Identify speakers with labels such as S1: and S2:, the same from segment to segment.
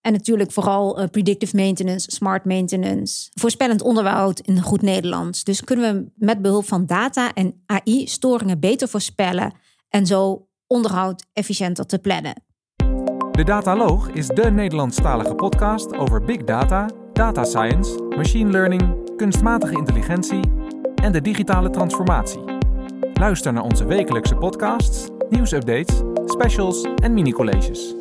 S1: En natuurlijk vooral predictive maintenance, smart maintenance. Voorspellend onderhoud in goed Nederlands. Dus kunnen we met behulp van data en AI storingen beter voorspellen. En zo onderhoud efficiënter te plannen.
S2: De Dataloog is de Nederlandstalige podcast over big data, data science, machine learning, kunstmatige intelligentie en de digitale transformatie. Luister naar onze wekelijkse podcasts, nieuwsupdates, specials en mini-colleges.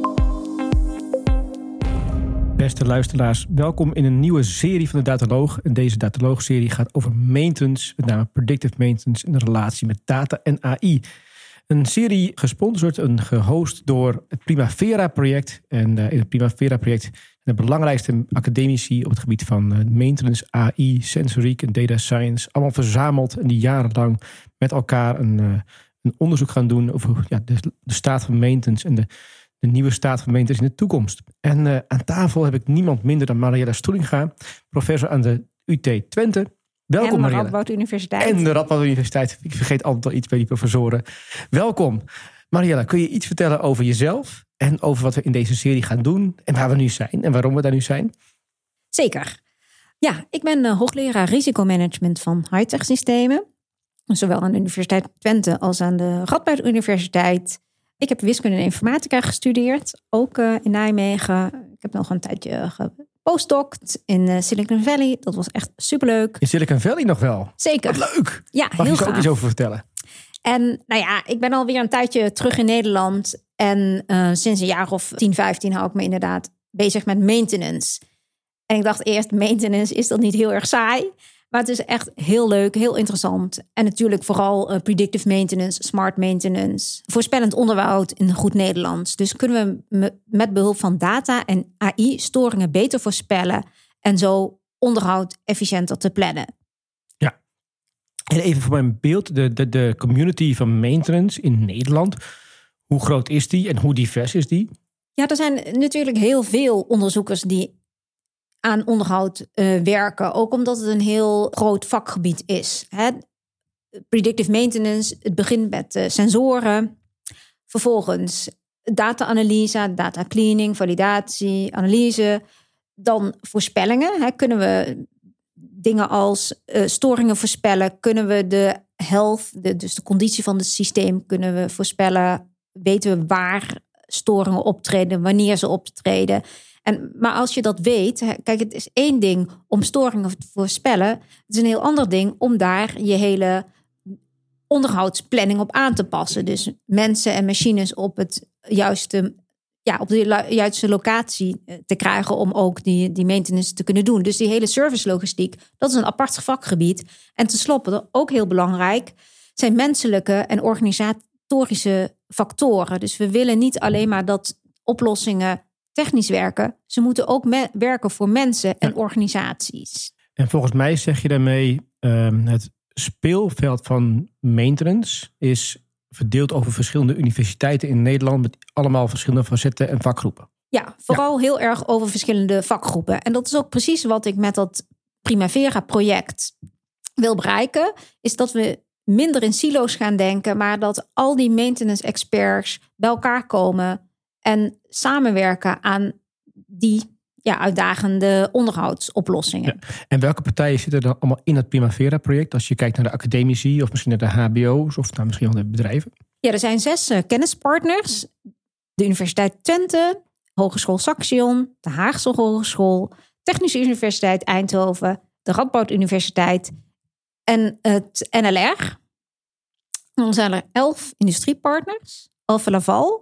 S3: Beste luisteraars, welkom in een nieuwe serie van de Dataloog. En deze Dataloog-serie gaat over maintenance, met name predictive maintenance in de relatie met data en AI. Een serie gesponsord en gehost door het Primavera-project. En in het Primavera-project de belangrijkste academici op het gebied van maintenance, AI, sensoriek en data science. Allemaal verzameld en die jarenlang met elkaar een onderzoek gaan doen over de staat van maintenance en de nieuwe staat van maintenance in de toekomst. En aan tafel heb ik niemand minder dan Mariella Stoelinga, professor aan de UT Twente. Welkom, Mariella.
S1: En de Radboud Universiteit.
S3: En de Radboud Universiteit. Ik vergeet altijd wel iets bij die professoren. Welkom. Mariella, kun je iets vertellen over jezelf en over wat we in deze serie gaan doen en waar we nu zijn en waarom we daar nu zijn?
S1: Zeker. Ja, ik ben hoogleraar risicomanagement van high-tech systemen. Zowel aan de Universiteit Twente als aan de Radboud Universiteit. Ik heb wiskunde en informatica gestudeerd, ook in Nijmegen. Ik heb nog een tijdje gepostdoct in Silicon Valley. Dat was echt superleuk.
S3: In Silicon Valley nog wel?
S1: Zeker.
S3: Wat leuk.
S1: Ja,
S3: Mag
S1: heel
S3: je er ook
S1: gaaf.
S3: iets over vertellen?
S1: En ik ben alweer een tijdje terug in Nederland. En sinds een jaar of 10, 15 hou ik me inderdaad bezig met maintenance. En ik dacht eerst, maintenance, is dat niet heel erg saai? Maar het is echt heel leuk, heel interessant. En natuurlijk vooral predictive maintenance, smart maintenance. Voorspellend onderhoud in goed Nederlands. Dus kunnen we met behulp van data en AI storingen beter voorspellen. En zo onderhoud efficiënter te plannen.
S3: Ja. En even voor mijn beeld, de community van maintenance in Nederland. Hoe groot is die en hoe divers is die? Ja,
S1: er zijn natuurlijk heel veel onderzoekers die aan onderhoud werken. Ook omdat het een heel groot vakgebied is. Hè? Predictive maintenance, het begint met sensoren. Vervolgens data-analyse, data cleaning, validatie, analyse. Dan voorspellingen. Hè? Kunnen we dingen als storingen voorspellen? Kunnen we de health, dus de conditie van het systeem, kunnen we voorspellen? Weten we waar storingen optreden, wanneer ze optreden? Maar als je dat weet, kijk, het is één ding om storingen te voorspellen. Het is een heel ander ding om daar je hele onderhoudsplanning op aan te passen. Dus mensen en machines op de juiste locatie te krijgen om ook die maintenance te kunnen doen. Dus die hele servicelogistiek, dat is een apart vakgebied. En tenslotte, ook heel belangrijk, zijn menselijke en organisatorische factoren. Dus we willen niet alleen maar dat oplossingen technisch werken. Ze moeten ook werken voor mensen en organisaties.
S3: En volgens mij zeg je daarmee, het speelveld van maintenance is verdeeld over verschillende universiteiten in Nederland met allemaal verschillende facetten en vakgroepen.
S1: Ja, vooral heel erg over verschillende vakgroepen. En dat is ook precies wat ik met dat Primavera-project wil bereiken, is dat we minder in silo's gaan denken, maar dat al die maintenance experts bij elkaar komen en samenwerken aan die uitdagende onderhoudsoplossingen. Ja.
S3: En welke partijen zitten dan allemaal in het Primavera-project? Als je kijkt naar de academici of misschien naar de hbo's of misschien wel de bedrijven.
S1: Ja, er zijn 6 kennispartners. De Universiteit Twente, Hogeschool Saxion, de Haagse Hogeschool, Technische Universiteit Eindhoven, de Radboud Universiteit en het NLR. Dan zijn er 11 industriepartners. Alfa Laval,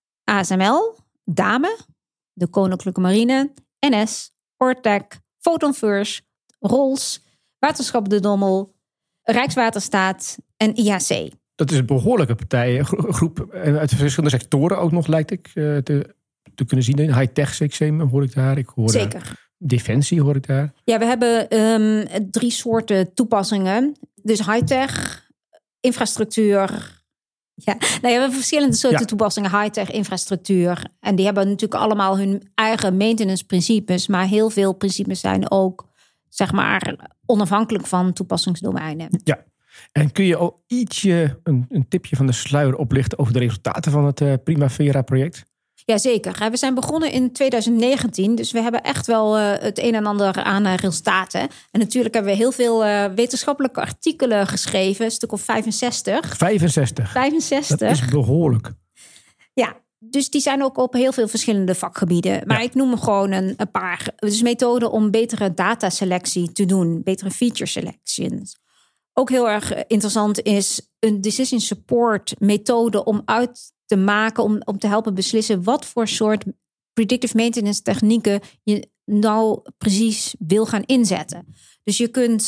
S1: ASML, Dame, de Koninklijke Marine, NS, Ortec, Photon First, Rolls, Waterschap de Dommel, Rijkswaterstaat en IHC.
S3: Dat is een behoorlijke partijengroep uit verschillende sectoren ook nog, lijkt ik te kunnen zien. High-tech systemen hoor ik daar. Ik hoor
S1: zeker.
S3: Defensie hoor ik daar.
S1: Ja, we hebben 3 soorten toepassingen. Dus high-tech, infrastructuur. Ja, we hebben verschillende soorten toepassingen, high-tech, infrastructuur. En die hebben natuurlijk allemaal hun eigen maintenance principes. Maar heel veel principes zijn ook, zeg maar, onafhankelijk van toepassingsdomeinen.
S3: Ja. En kun je al ietsje een tipje van de sluier oplichten over de resultaten van het Primavera-project?
S1: Jazeker. We zijn begonnen in 2019. Dus we hebben echt wel het een en ander aan resultaten. En natuurlijk hebben we heel veel wetenschappelijke artikelen geschreven. Een stuk of 65.
S3: 65?
S1: 65.
S3: Dat is behoorlijk.
S1: Ja, dus die zijn ook op heel veel verschillende vakgebieden. Maar ik noem gewoon een paar. Dus methoden om betere dataselectie te doen. Betere feature selections. Ook heel erg interessant is een decision support methode om uit te maken, om te helpen beslissen wat voor soort predictive maintenance technieken je nou precies wil gaan inzetten. Dus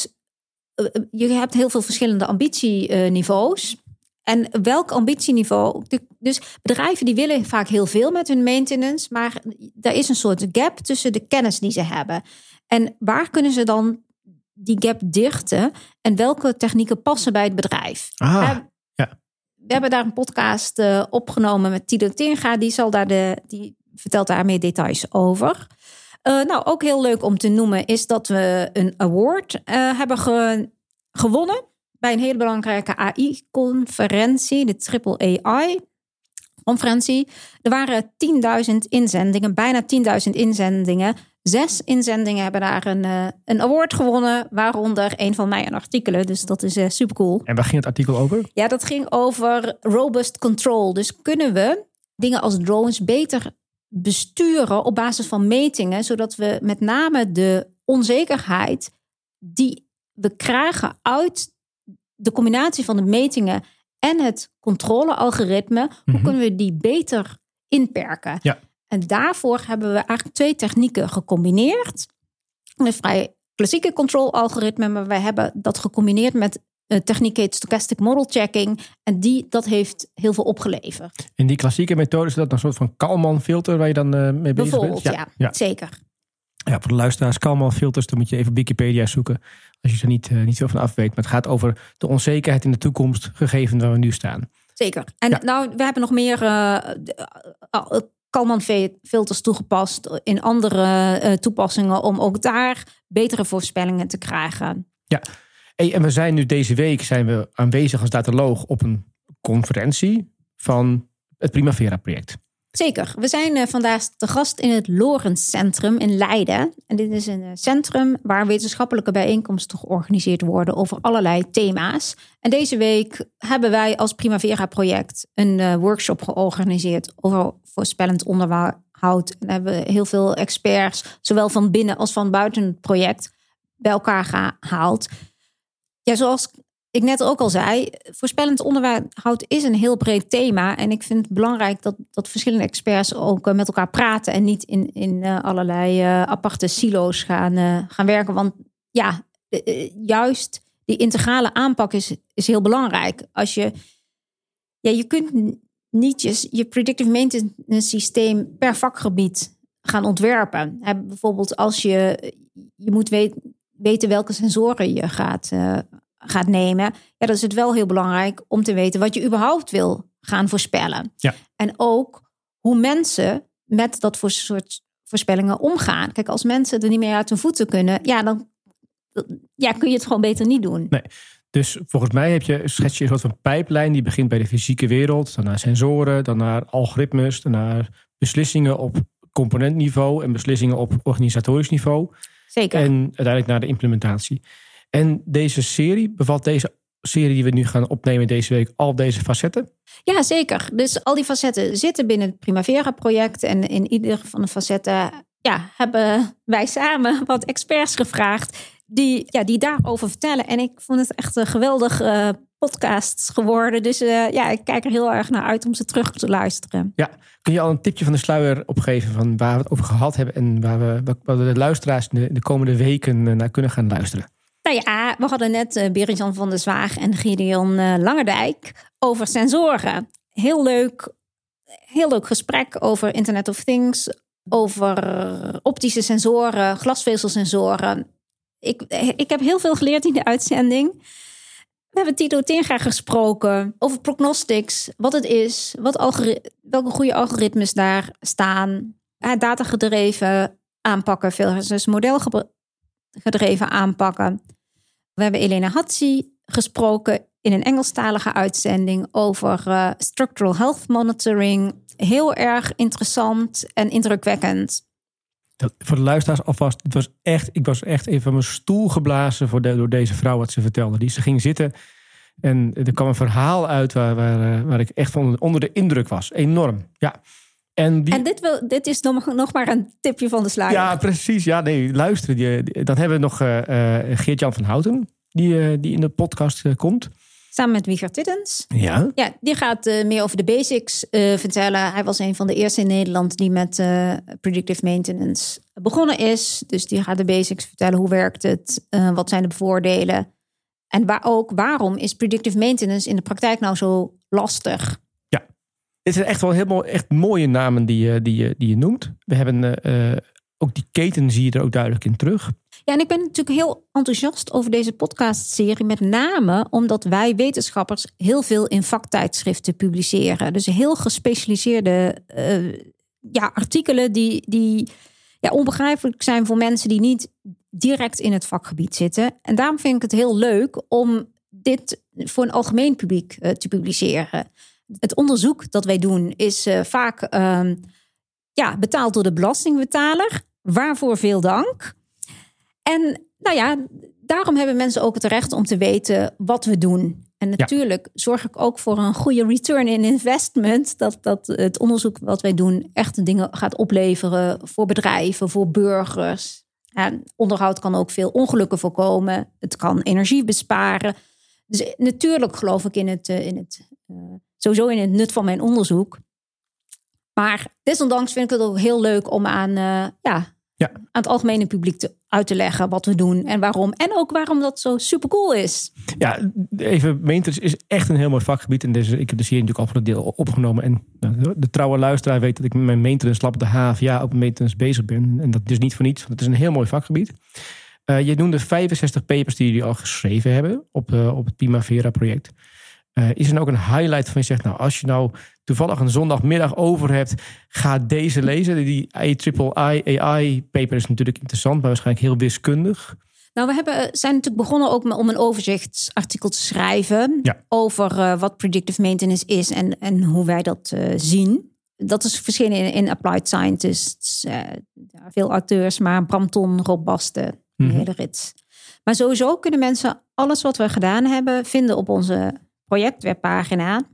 S1: je hebt heel veel verschillende ambitieniveaus. En welk ambitieniveau? Dus bedrijven die willen vaak heel veel met hun maintenance, maar er is een soort gap tussen de kennis die ze hebben. En waar kunnen ze dan die gap dichten? En welke technieken passen bij het bedrijf? We hebben daar een podcast opgenomen met Tito Tinga. Die vertelt daar meer details over. Ook heel leuk om te noemen is dat we een award hebben gewonnen bij een hele belangrijke AI-conferentie, de Triple AI-conferentie. Er waren 10.000 inzendingen, bijna 10.000 inzendingen. 6 inzendingen hebben daar een award gewonnen, waaronder een van mijn artikelen. Dus dat is super cool.
S3: En waar ging het artikel over?
S1: Ja, dat ging over robust control. Dus kunnen we dingen als drones beter besturen op basis van metingen, zodat we met name de onzekerheid die we krijgen uit de combinatie van de metingen en het controlealgoritme, hoe kunnen we die beter inperken? Ja. En daarvoor hebben we eigenlijk 2 technieken gecombineerd. Een vrij klassieke controlealgoritme, maar wij hebben dat gecombineerd met een techniek heet stochastic model checking. En dat heeft heel veel opgeleverd.
S3: En die klassieke methode, is dat een soort van Kalman filter waar je dan mee bezig bent?
S1: Bijvoorbeeld, ja, zeker.
S3: Ja, voor de luisteraars, Kalman filters, dan moet je even Wikipedia zoeken. Als je er niet veel van af weet. Maar het gaat over de onzekerheid in de toekomst, gegeven waar we nu staan.
S1: Zeker. En we hebben nog meer Kalman filters toegepast in andere toepassingen om ook daar betere voorspellingen te krijgen.
S3: Ja, en we zijn nu deze week aanwezig als dataloog op een conferentie van het Primavera-project.
S1: Zeker. We zijn vandaag te gast in het Lorentz Centrum in Leiden. En dit is een centrum waar wetenschappelijke bijeenkomsten georganiseerd worden over allerlei thema's. En deze week hebben wij als Primavera-project een workshop georganiseerd over voorspellend onderhoud. En hebben we heel veel experts, zowel van binnen als van buiten het project, bij elkaar gehaald. Ja, zoals ik net ook al zei, voorspellend onderhoud is een heel breed thema. En ik vind het belangrijk dat verschillende experts ook met elkaar praten en niet in allerlei aparte silo's gaan werken. Want juist die integrale aanpak is heel belangrijk. Je kunt niet je predictive maintenance systeem per vakgebied gaan ontwerpen. Bijvoorbeeld als je moet weten welke sensoren je gaat nemen. Ja, dan is het wel heel belangrijk om te weten wat je überhaupt wil gaan voorspellen. Ja. En ook hoe mensen met dat soort voorspellingen omgaan. Kijk, als mensen er niet meer uit hun voeten kunnen, dan kun je het gewoon beter niet doen.
S3: Nee. Dus volgens mij schets je een soort van pijplijn die begint bij de fysieke wereld, dan naar sensoren, dan naar algoritmes, dan naar beslissingen op componentniveau en beslissingen op organisatorisch niveau.
S1: Zeker.
S3: En uiteindelijk naar de implementatie. En deze serie die we nu gaan opnemen deze week, al deze facetten?
S1: Ja, zeker. Dus al die facetten zitten binnen het Primavera-project. En in ieder van de facetten hebben wij samen wat experts gevraagd die daarover vertellen. En ik vond het echt een geweldige podcast geworden. Dus ik kijk er heel erg naar uit om ze terug te luisteren.
S3: Ja, kun je al een tipje van de sluier opgeven van waar we het over gehad hebben en waar de luisteraars de komende weken naar kunnen gaan luisteren?
S1: Nou ja, we hadden net Berit-Jan van der Zwaag en Gideon Langendijk over sensoren. Heel leuk gesprek over Internet of Things, over optische sensoren, glasvezelsensoren. Ik heb heel veel geleerd in de uitzending. We hebben Tito Tinga gesproken over prognostics, wat het is, welke goede algoritmes daar staan. Datagedreven aanpakken versus modelgedreven aanpakken. We hebben Elena Hatzi gesproken in een Engelstalige uitzending over structural health monitoring. Heel erg interessant en indrukwekkend.
S3: Voor de luisteraars alvast, ik was echt even van mijn stoel geblazen door deze vrouw wat ze vertelde. Ze ging zitten en er kwam een verhaal uit waar ik echt van onder de indruk was. Enorm, ja. En
S1: dit is nog maar een tipje van de sluier.
S3: Ja, precies. Ja, nee, luister. Dan hebben we nog Geert-Jan van Houten, die in de podcast komt.
S1: Samen met Wieger Tiddens.
S3: Ja.
S1: Ja, die gaat meer over de basics vertellen. Hij was een van de eerste in Nederland die met predictive maintenance begonnen is. Dus die gaat de basics vertellen. Hoe werkt het? Wat zijn de voordelen? En waarom is predictive maintenance in de praktijk nou zo lastig?
S3: Ja, dit zijn echt wel helemaal echt mooie namen die je noemt. We hebben ook die keten zie je er ook duidelijk in terug.
S1: Ja, en ik ben natuurlijk heel enthousiast over deze podcastserie. Met name omdat wij wetenschappers heel veel in vaktijdschriften publiceren. Dus heel gespecialiseerde artikelen die onbegrijpelijk zijn voor mensen die niet direct in het vakgebied zitten. En daarom vind ik het heel leuk om dit voor een algemeen publiek te publiceren. Het onderzoek dat wij doen is vaak betaald door de belastingbetaler. Waarvoor veel dank. En daarom hebben mensen ook het recht om te weten wat we doen. En natuurlijk zorg ik ook voor een goede return in investment. Dat het onderzoek wat wij doen echt dingen gaat opleveren voor bedrijven, voor burgers. En onderhoud kan ook veel ongelukken voorkomen. Het kan energie besparen. Dus natuurlijk geloof ik sowieso in het nut van mijn onderzoek. Maar desondanks vind ik het ook heel leuk om aan het algemene publiek uit te leggen wat we doen en waarom. En ook waarom dat zo supercool is. Ja,
S3: even, maintenance is echt een heel mooi vakgebied. En ik heb de serie natuurlijk al voor een deel opgenomen. En de trouwe luisteraar weet dat ik met mijn maintenance lab op de HVA ook met maintenance bezig ben. En dat is niet voor niets, want het is een heel mooi vakgebied. Je noemde 65 papers die jullie al geschreven hebben op het Primavera project. Is er ook een highlight van je zegt, nou, als je nou toevallig een zondagmiddag over hebt, ga deze lezen. Die IEEE-paper is natuurlijk interessant, maar waarschijnlijk heel wiskundig.
S1: Nou, zijn natuurlijk begonnen ook om een overzichtsartikel te schrijven over wat predictive maintenance is en hoe wij dat zien. Dat is verschenen in Applied Scientists. Veel auteurs, maar Bram Ton, Rob Baste, een hele rit. Maar sowieso kunnen mensen alles wat we gedaan hebben vinden op onze projectwebpagina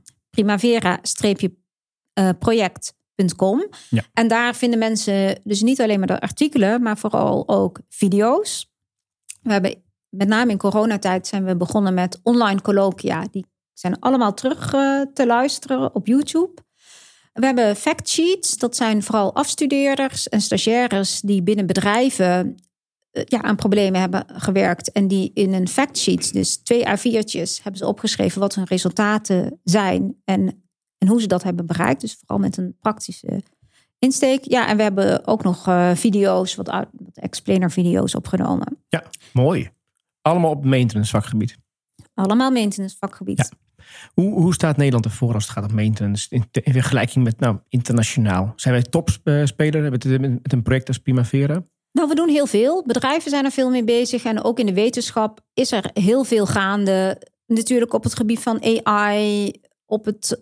S1: primavera-project.com. Ja. En daar vinden mensen dus niet alleen maar de artikelen, maar vooral ook video's. We hebben met name in coronatijd zijn we begonnen met online colloquia. Die zijn allemaal terug te luisteren op YouTube. We hebben factsheets. Dat zijn vooral afstudeerders en stagiaires die binnen bedrijven aan problemen hebben gewerkt. En die in een factsheet, dus 2 A4'tjes, hebben ze opgeschreven wat hun resultaten zijn. En hoe ze dat hebben bereikt. Dus vooral met een praktische insteek. Ja, en we hebben ook nog video's, wat explainer video's opgenomen.
S3: Ja, mooi. Allemaal op maintenance vakgebied.
S1: Allemaal maintenance vakgebied.
S3: Ja. Hoe staat Nederland ervoor als het gaat om maintenance in vergelijking met internationaal? Zijn wij topspeler met een project als Primavera?
S1: Nou, we doen heel veel. Bedrijven zijn er veel mee bezig. En ook in de wetenschap is er heel veel gaande. Natuurlijk op het gebied van AI, op het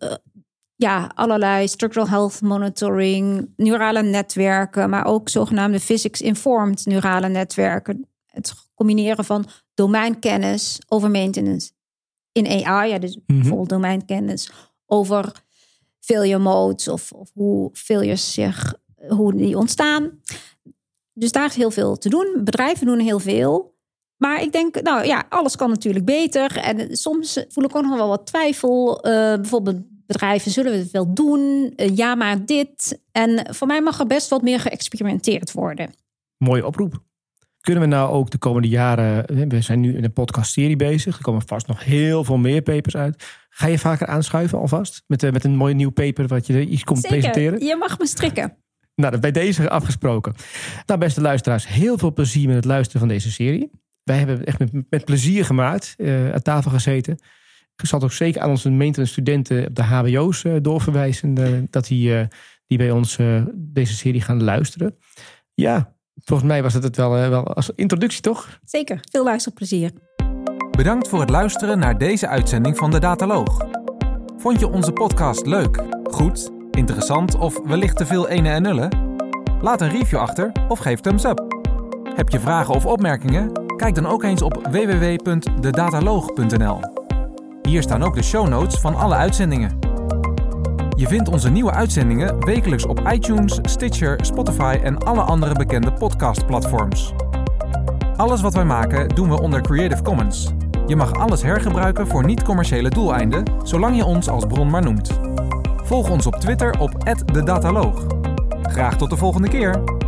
S1: allerlei structural health monitoring, neurale netwerken, maar ook zogenaamde physics-informed neurale netwerken. Het combineren van domeinkennis over maintenance in AI. Dus bijvoorbeeld domeinkennis over failure modes of hoe failures hoe die ontstaan. Dus daar is heel veel te doen. Bedrijven doen heel veel. Maar ik denk, alles kan natuurlijk beter. En soms voel ik ook nog wel wat twijfel. Bijvoorbeeld bedrijven, zullen we het wel doen? Ja, maar dit. En voor mij mag er best wat meer geëxperimenteerd worden.
S3: Mooie oproep. Kunnen we nou ook de komende jaren... We zijn nu in een podcastserie bezig. Er komen vast nog heel veel meer papers uit. Ga je vaker aanschuiven alvast? Met een mooi nieuw paper wat je iets komt presenteren?
S1: Je mag me strikken.
S3: Nou, bij deze afgesproken. Nou, beste luisteraars, heel veel plezier met het luisteren van deze serie. Wij hebben het echt met plezier gemaakt, aan tafel gezeten. Ik zal het ook zeker aan onze maintenance studenten op de hbo's doorverwijzen, dat die bij ons deze serie gaan luisteren. Ja, volgens mij was het wel als introductie, toch?
S1: Zeker, veel luisterplezier.
S2: Bedankt voor het luisteren naar deze uitzending van De Dataloog. Vond je onze podcast leuk, goed, interessant of wellicht te veel enen en nullen? Laat een review achter of geef thumbs up. Heb je vragen of opmerkingen? Kijk dan ook eens op www.dedataloog.nl. Hier staan ook de show notes van alle uitzendingen. Je vindt onze nieuwe uitzendingen wekelijks op iTunes, Stitcher, Spotify en alle andere bekende podcastplatforms. Alles wat wij maken doen we onder Creative Commons. Je mag alles hergebruiken voor niet-commerciële doeleinden, zolang je ons als bron maar noemt. Volg ons op Twitter op @dedataloog. Graag tot de volgende keer!